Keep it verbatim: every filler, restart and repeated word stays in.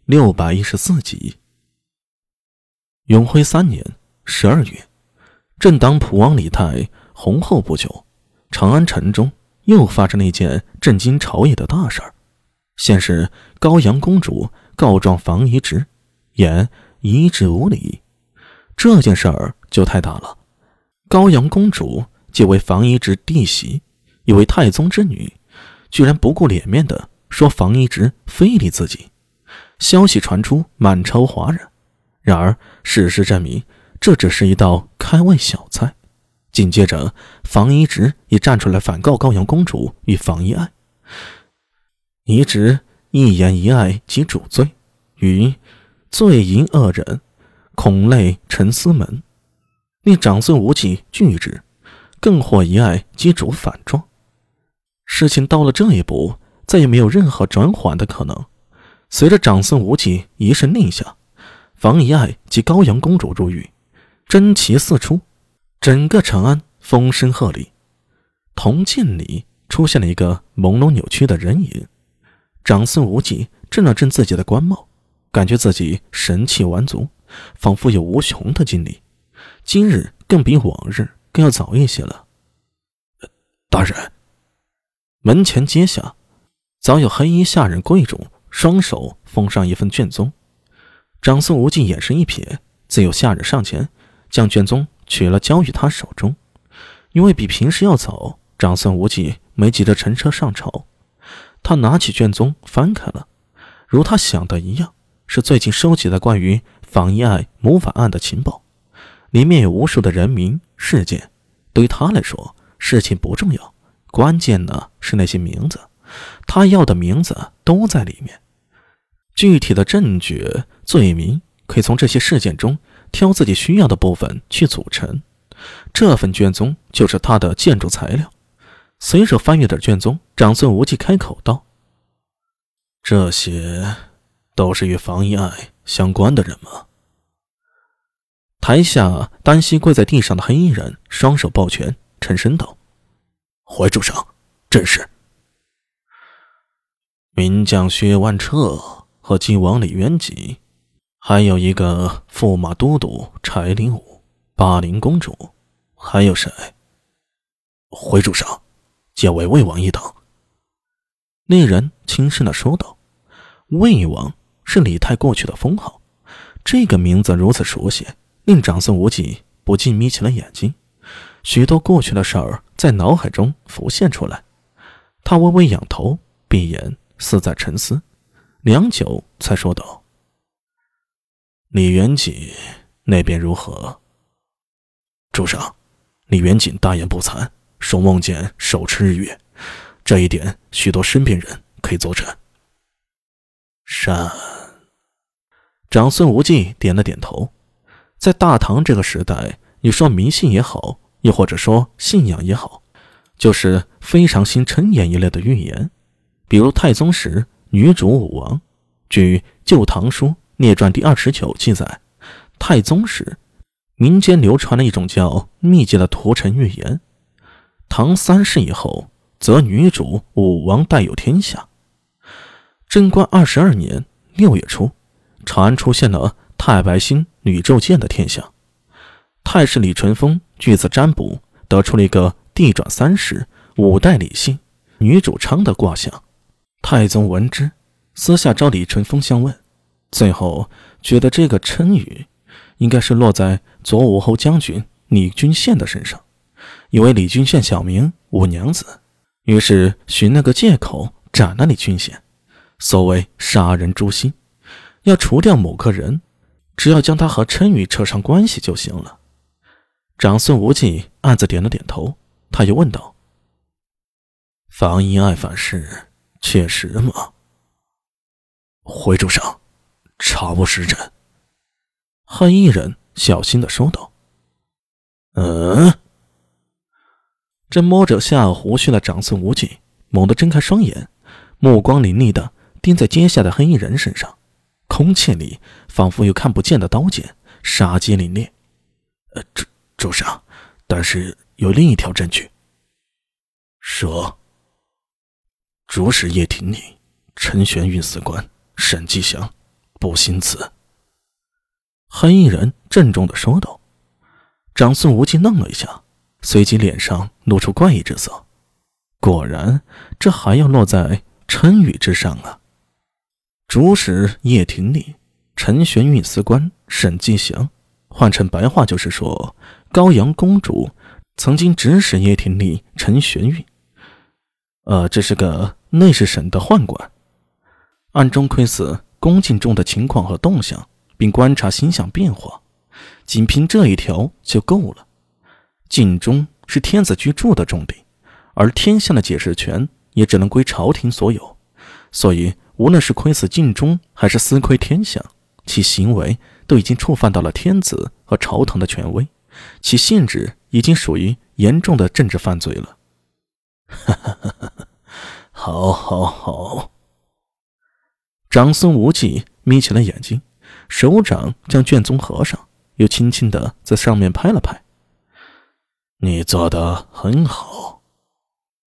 六百一十四集。永徽三年十二月，正当普王李泰洪后不久，长安城中又发生了一件震惊朝野的大事儿。先是高阳公主告状房遗直，言遗址无理。这件事儿就太大了。高阳公主既为房遗直弟媳，又为太宗之女，居然不顾脸面的说房遗直非礼自己。消息传出，满朝哗然。然而事实证明，这只是一道开胃小菜。紧接着，房遗直也站出来反告高阳公主与房遗爱。遗直一言一爱及主罪，于罪淫恶人，恐累陈思门，令长孙无忌拒之，更获遗爱及主反状。事情到了这一步，再也没有任何转缓的可能。随着长孙无忌一声令下，房遗爱及高阳公主入狱，旌旗四出，整个长安风声鹤唳。铜镜里出现了一个朦胧扭曲的人影。长孙无忌正了正自己的官帽，感觉自己神气完足，仿佛有无穷的精力。今日更比往日更要早一些了。 大人。 门前阶下早有黑衣下人跪住，双手奉上一份卷宗。长孙无忌眼神一瞥，自有下人上前将卷宗取了交于他手中。因为比平时要早，长孙无忌没急着乘车上朝。他拿起卷宗翻开了，如他想的一样，是最近收集的关于房遗爱谋反案的情报。里面有无数的人名事件，对于他来说事情不重要，关键呢是那些名字，他要的名字都在里面。具体的证据罪名可以从这些事件中挑自己需要的部分去组成。这份卷宗就是他的建筑材料。随手翻阅的卷宗，长孙无忌开口道：这些都是与房遗爱相关的人吗？台下单膝跪在地上的黑衣人双手抱拳，沉声道： 回主上，正是。 名将薛万彻和晋王李元吉，还有一个驸马都督柴灵武、巴陵公主，还有谁？ 回主上，皆为魏王一党。 那人轻声地说道。魏王是李泰过去的封号，这个名字如此熟悉，令长孙无忌不禁眯起了眼睛。许多过去的事儿在脑海中浮现出来。他微微仰头，闭眼似在沉思，良久才说道：李元吉那边如何？ 主上，李元锦大言不惭，说梦见手持日月，这一点许多身边人可以作证。 善。长孙无忌点了点头。在大唐这个时代，你说迷信也好，又或者说信仰也好，就是非常信谶言一类的预言。比如太宗时女主武王，据《旧唐书列传》第二十九记载，太宗时民间流传了一种叫秘籍的屠城预言。唐三世以后，则女主武王代有天下。贞观二十二年六月初，长安出现了太白星女宙剑的天象。太师李淳风据此占卜，得出了一个地转三十、五代李姓、女主昌的卦象。太宗闻之，私下找李淳风相问，最后觉得这个谶语应该是落在左武侯将军李君宪的身上，以为李君宪小名武娘子，于是寻了个借口斩了李君宪。所谓杀人诛心，要除掉某个人，只要将他和谶语扯上关系就行了。长孙无忌暗自点了点头，他又问道：房遗爱反事确实吗？ 回主上，查无实证。 黑衣人小心地说道。 嗯？ 这摸着下颚胡须的长孙无忌猛地睁开双眼，目光凌厉地盯在阶下的黑衣人身上，空气里仿佛有看不见的刀剑，杀机凛冽。 呃，主主上，但是有另一条证据。 说。 主使叶廷礼、陈玄运司官沈继祥不行此。 黑衣人郑重地说道。长孙无忌愣了一下，随即脸上露出怪异之色。果然，这还要落在陈宇之上啊。主使叶廷丽，陈玄韵司官沈继祥，换成白话就是说，高阳公主曾经指使叶廷丽、陈玄韵。呃，这是个内侍省的宦官，暗中窥伺宫禁中的情况和动向，并观察星象变化，仅凭这一条就够了。禁中是天子居住的重地，而天下的解释权也只能归朝廷所有，所以无论是窥伺禁中还是私窥天象，其行为都已经触犯到了天子和朝堂的权威，其性质已经属于严重的政治犯罪了。 哈哈哈哈，好好好。 长孙无忌眯起了眼睛，手掌将卷宗合上，又轻轻地在上面拍了拍。 你做得很好。